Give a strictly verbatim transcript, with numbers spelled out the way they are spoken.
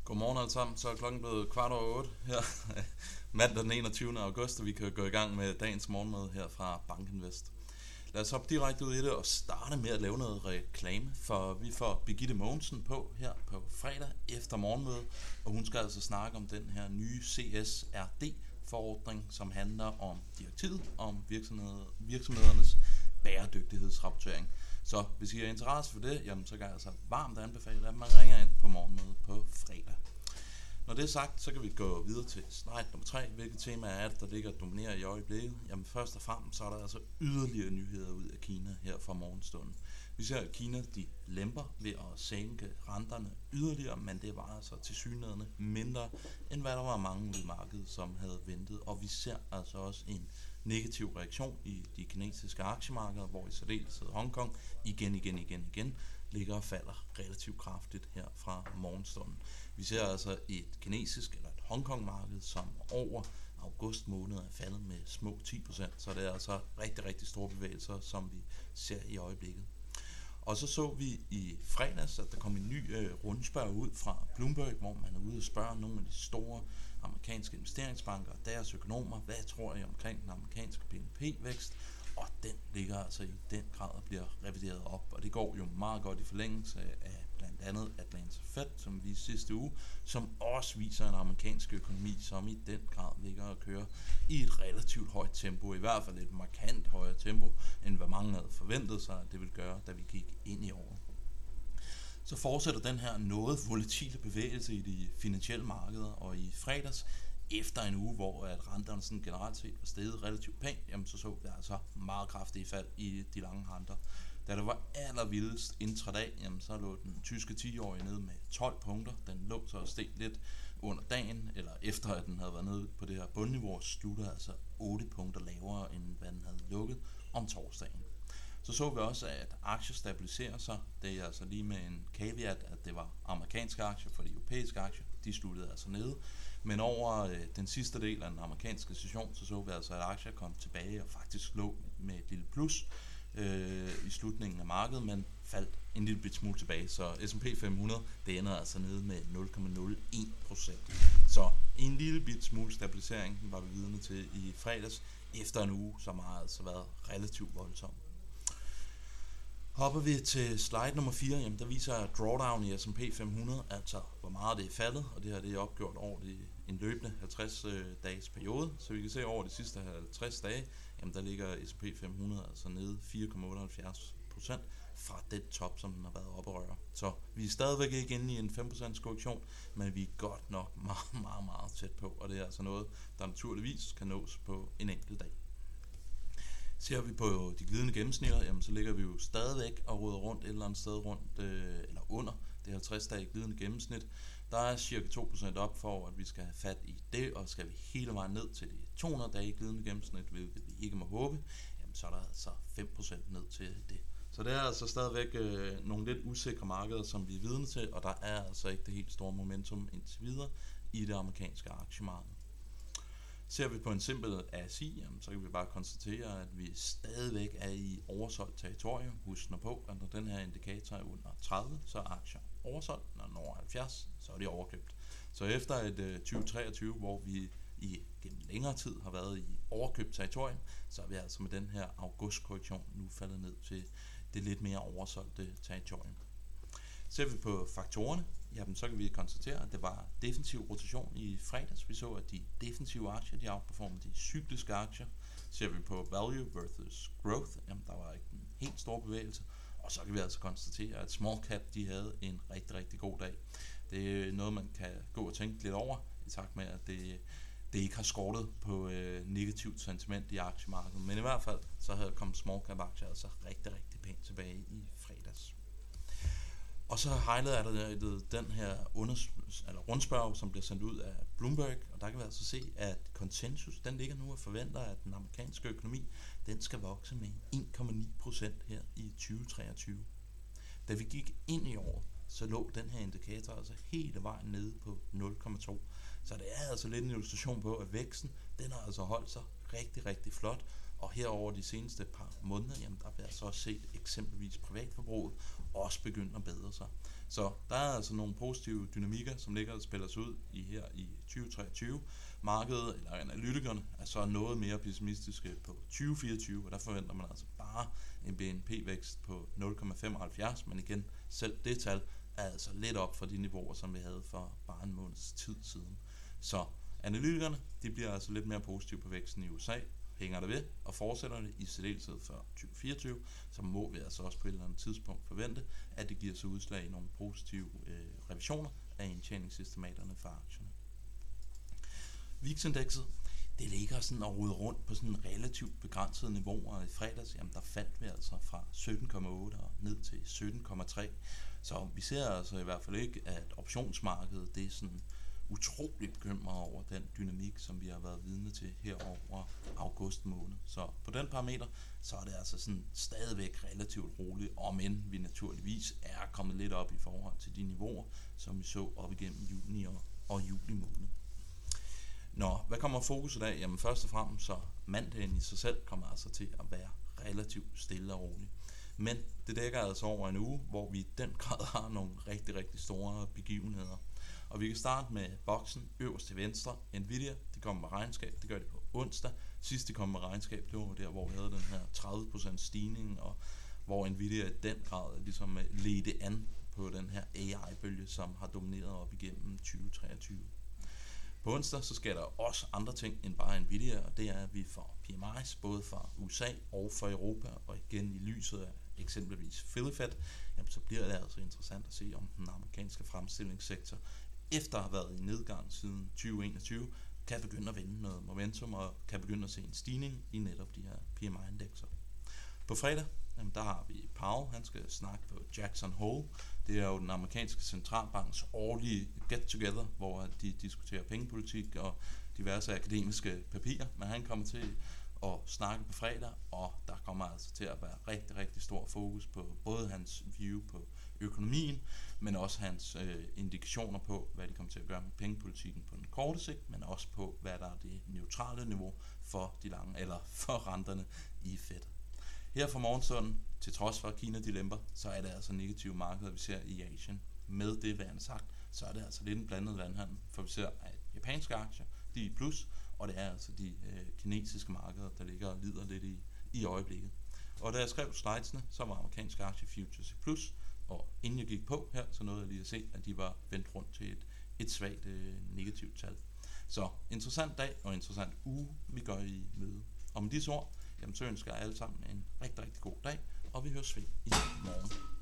Godmorgen alle sammen, så er klokken blevet kvart over otte her mandag den enogtyvende august, og vi kan gå i gang med dagens morgenmøde her fra BankInvest. Lad os hoppe direkte ud i det og starte med at lave noget reklame, for vi får Birgitte Mogensen på her på fredag efter morgenmødet, og hun skal altså snakke om den her nye C S R D-forordning, som handler om direktivet om virksomheder, virksomhedernes bæredygtighedsrapportering. Så hvis I har interesse for det, jamen, så kan jeg altså varmt anbefale, at man ringer ind på morgenmødet på fredag. Når det er sagt, så kan vi gå videre til slide nummer tre. Hvilke temaer er det, der ligger og dominerer i øjeblikket? Jamen først og fremmest, så er der altså yderligere nyheder ud af Kina her fra morgenstunden. Vi ser, at Kina de lemper ved at sænke renterne yderligere, men det var altså tilsyneladende mindre, end hvad der var mange ude i markedet, som havde ventet. Og vi ser altså også en negativ reaktion i de kinesiske aktiemarkeder, hvor i særdeleshed Hongkong igen, igen, igen, igen ligger og falder relativt kraftigt her fra morgenstunden. Vi ser altså et kinesisk eller et Hongkong-marked, som over august måned er faldet med små ti procent, så det er altså rigtig, rigtig store bevægelser, som vi ser i øjeblikket. Og så så vi i fredags, at der kom en ny øh, rundspørg ud fra Bloomberg, hvor man er ude og spørge nogle af de store amerikanske investeringsbanker og deres økonomer, hvad tror I omkring den amerikanske B N P-vækst, og den ligger altså i den grad og bliver revideret op, og det går jo meget godt i forlængelse af blandt andet Atlanta Fed, som vi sidste uge, som også viser en amerikansk økonomi, som i den grad ligger og kører i et relativt højt tempo, i hvert fald et markant højere tempo, end hvad mange havde forventet sig, at det ville gøre, da vi gik ind i året. Så fortsætter den her noget volatile bevægelse i de finansielle markeder, og i fredags, efter en uge, hvor at renterne sådan generelt set var steget relativt pænt, jamen så så vi altså meget kraftige fald i de lange renter. Da det var allervildest intradag, jamen så lå den tyske ti-årige nede med tolv punkter. Den lå så og steg lidt under dagen, eller efter at den havde været nede på det her bundniveau, og sluttede altså otte punkter lavere, end hvad den havde lukket om torsdagen. Så så vi også, at aktier stabiliserer sig. Det er altså lige med en caveat, at det var amerikanske aktier, for de europæiske aktier, de sluttede altså nede. Men over øh, den sidste del af den amerikanske session, så så vi altså, at aktier kom tilbage og faktisk lå med et lille plus øh, i slutningen af markedet, men faldt en lille bit smule tilbage. Så S and P fem hundrede, det ender altså nede med nul komma nul en procent. Så en lille bit smule stabilisering var vi vidne til i fredags, efter en uge, som har altså været relativt voldsom. Hopper vi til slide nummer fire, jamen der viser drawdown i S and P fem hundrede, altså hvor meget det er faldet, og det her det er opgjort over de, en løbende halvtreds dages periode, så vi kan se over de sidste halvtreds dage, jamen der ligger S and P fem hundrede altså nede fire komma otteoghalvfjerds procent fra den top, som den har været oppe at røre. Så vi er stadigvæk ikke inde i en fem procent korrektion, men vi er godt nok meget, meget, meget tæt på, og det er altså noget, der naturligvis kan nås på en enkelt dag. Ser vi på de glidende gennemsnitter, jamen så ligger vi jo stadigvæk og roder rundt et eller andet sted rundt, øh, eller under det halvtreds dage glidende gennemsnit. Der er cirka to procent op for, at vi skal have fat i det, og skal vi hele vejen ned til de to hundrede dage glidende gennemsnit, hvilket vi ikke må håbe, jamen så er der altså fem procent ned til det. Så det er altså stadigvæk øh, nogle lidt usikre markeder, som vi er vidne til, og der er altså ikke det helt store momentum indtil videre i det amerikanske aktiemarked. Ser vi på en simpel A S I, jamen, så kan vi bare konstatere, at vi stadigvæk er i oversolgt territorium. Husk nu på, at når den her indikator er under tredive, så er aktier oversolgt. Når den er over halvfjerds, så er de overkøbt. Så efter et uh, tyve treogtyve, hvor vi i gennem længere tid har været i overkøbt territorium, så er vi altså med den her augustkorrektion nu faldet ned til det lidt mere oversolgte territorium. Ser vi på faktorerne, jamen så kan vi konstatere, at det var defensiv rotation i fredags. Vi så, at de defensive aktier, de outperformede de cykliske aktier. Ser vi på value versus growth, jamen der var ikke en helt stor bevægelse. Og så kan vi altså konstatere, at small cap, de havde en rigtig, rigtig god dag. Det er noget, man kan gå og tænke lidt over, i takt med, at det, det ikke har skortet på øh, negativt sentiment i aktiemarkedet. Men i hvert fald, så havde kommet small cap aktier altså rigtig, rigtig pænt tilbage i fredags. Og så highlighter er der den her unders- eller rundspørg, som bliver sendt ud af Bloomberg, og der kan vi altså se, at konsensus, den ligger nu og forventer, at den amerikanske økonomi, den skal vokse med en komma ni procent her i tyve treogtyve. Da vi gik ind i året, så lå den her indikator altså hele vejen nede på nul komma to. Så det er altså lidt en illustration på, at væksten, den har altså holdt sig rigtig, rigtig flot, og her over de seneste par måneder, jamen der har vi altså også set eksempelvis privatforbruget også begyndt at bedre sig. Så der er altså nogle positive dynamikker, som ligger og spiller sig ud i her i tyve treogtyve. Markedet, eller analytikerne, er så noget mere pessimistiske på tyve fireogtyve, og der forventer man altså bare en B N P-vækst på nul komma femoghalvfjerds, men igen, selv det tal er altså lidt op fra de niveauer, som vi havde for bare en måneds tid siden. Så analytikerne, de bliver altså lidt mere positive på væksten i U S A, hænger det ved, og fortsætter det i særdeleshed for tyve fireogtyve, så må vi altså også på et eller andet tidspunkt forvente, at det giver sig udslag i nogle positive øh, revisioner af indtjeningsestimaterne for aktierne. V I X-indekset, det ligger sådan og ruder rundt på sådan relativt begrænsede niveauer. I fredags, jamen der faldt vi altså fra sytten komma otte og ned til sytten komma tre. Så vi ser altså i hvert fald ikke, at optionsmarkedet, det er sådan utroligt bekymret over den dynamik, som vi har været vidne til her over august måned. Så på den parameter, så er det altså sådan stadigvæk relativt roligt, om end vi naturligvis er kommet lidt op i forhold til de niveauer, som vi så op igennem juni og, og juli måned. Nå, hvad kommer fokuset af? Jamen først og fremmest så mandagen i sig selv kommer altså til at være relativt stille og rolig. Men det dækker altså over en uge, hvor vi i den grad har nogle rigtig, rigtig store begivenheder. Og vi kan starte med boksen øverst til venstre. Nvidia, det kommer med regnskab, det gør det på onsdag. Sidst de kom med regnskab, det var der, hvor vi havde den her tredive procent stigning, og hvor Nvidia i den grad ligesom ledte an på den her A I-bølge, som har domineret op igennem tyve treogtyve. På onsdag så sker der også andre ting end bare Nvidia, og det er, at vi får P M I's både fra U S A og fra Europa, og igen i lyset af eksempelvis Philly Fed, jamen så bliver det altså interessant at se, om den amerikanske fremstillingssektor, efter at have været i nedgang siden tyve enogtyve, kan begynde at vinde noget momentum og kan begynde at se en stigning i netop de her P M I-indekser. På fredag, jamen der har vi Powell, han skal snakke på Jackson Hole. Det er jo den amerikanske centralbanks årlige get-together, hvor de diskuterer pengepolitik og diverse akademiske papirer, men han kommer til at snakke på fredag, og der kommer altså til at være rigtig, rigtig stor fokus på både hans view på økonomien, men også hans øh, indikationer på, hvad de kommer til at gøre med pengepolitikken på den korte sigt, men også på, hvad der er det neutrale niveau for de lange, eller for renterne i Fed. Her fra morgenstunden, til trods for at Kina de lemper, så er det altså negative markeder, vi ser i Asien. Med det værende sagt, så er det altså lidt en blandet landhandel, for vi ser, at japanske aktier, de er i plus, og det er altså de øh, kinesiske markeder, der ligger og lider lidt i, i øjeblikket. Og da jeg skrev slidesene, så var amerikanske aktie futures i plus, og inden jeg gik på her, så nåede jeg lige at se, at de var vendt rundt til et, et svagt øh, negativt tal. Så interessant dag og interessant uge, vi går i møde. Og med disse ord, jamen, så ønsker jeg alle sammen en rigtig, rigtig god dag, og vi høres ved i morgen.